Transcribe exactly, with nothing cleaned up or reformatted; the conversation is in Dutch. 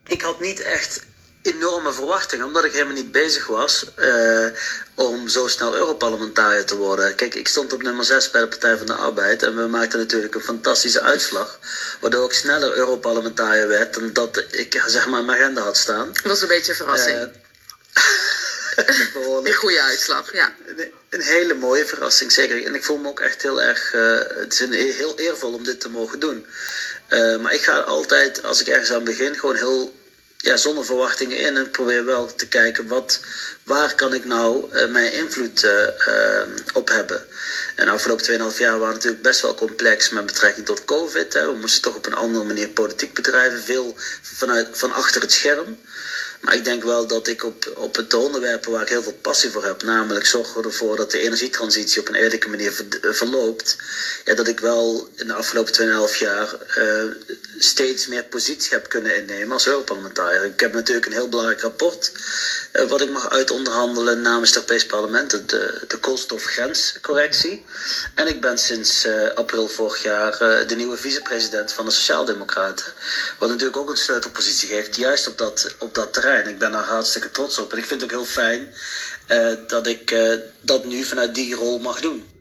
ik had niet echt enorme verwachtingen, omdat ik helemaal niet bezig was uh, om zo snel Europarlementariër te worden. Kijk, ik stond op nummer zes bij de Partij van de Arbeid en we maakten natuurlijk een fantastische uitslag, waardoor ik sneller Europarlementariër werd dan dat ik zeg maar in mijn agenda had staan. Dat was een beetje een verrassing. Uh, een goede uitslag, ja. Een, een hele mooie verrassing, zeker. En ik voel me ook echt heel erg, uh, het is een, heel eervol om dit te mogen doen. Uh, maar ik ga altijd, als ik ergens aan begin, gewoon heel ja, zonder verwachtingen in. En ik probeer wel te kijken, wat, waar kan ik nou uh, mijn invloed uh, uh, op hebben. En de afgelopen twee komma vijf jaar waren natuurlijk best wel complex met betrekking tot COVID. Hè. We moesten toch op een andere manier politiek bedrijven, veel vanuit, van achter het scherm. Maar ik denk wel dat ik op, op het onderwerpen waar ik heel veel passie voor heb, namelijk zorgen ervoor dat de energietransitie op een eerlijke manier ver, verloopt, ja, dat ik wel in de afgelopen twee komma vijf jaar uh, steeds meer positie heb kunnen innemen als Europarlementariër. Ik heb natuurlijk een heel belangrijk rapport uh, wat ik mag uitonderhandelen namens het Europees Parlement, de, de koolstofgrenscorrectie. En ik ben sinds uh, april vorig jaar uh, de nieuwe vicepresident van de Sociaaldemocraten, wat natuurlijk ook een sleutelpositie geeft, juist op dat, op dat terrein. Ik ben daar hartstikke trots op. En ik vind het ook heel fijn uh, dat ik uh, dat nu vanuit die rol mag doen.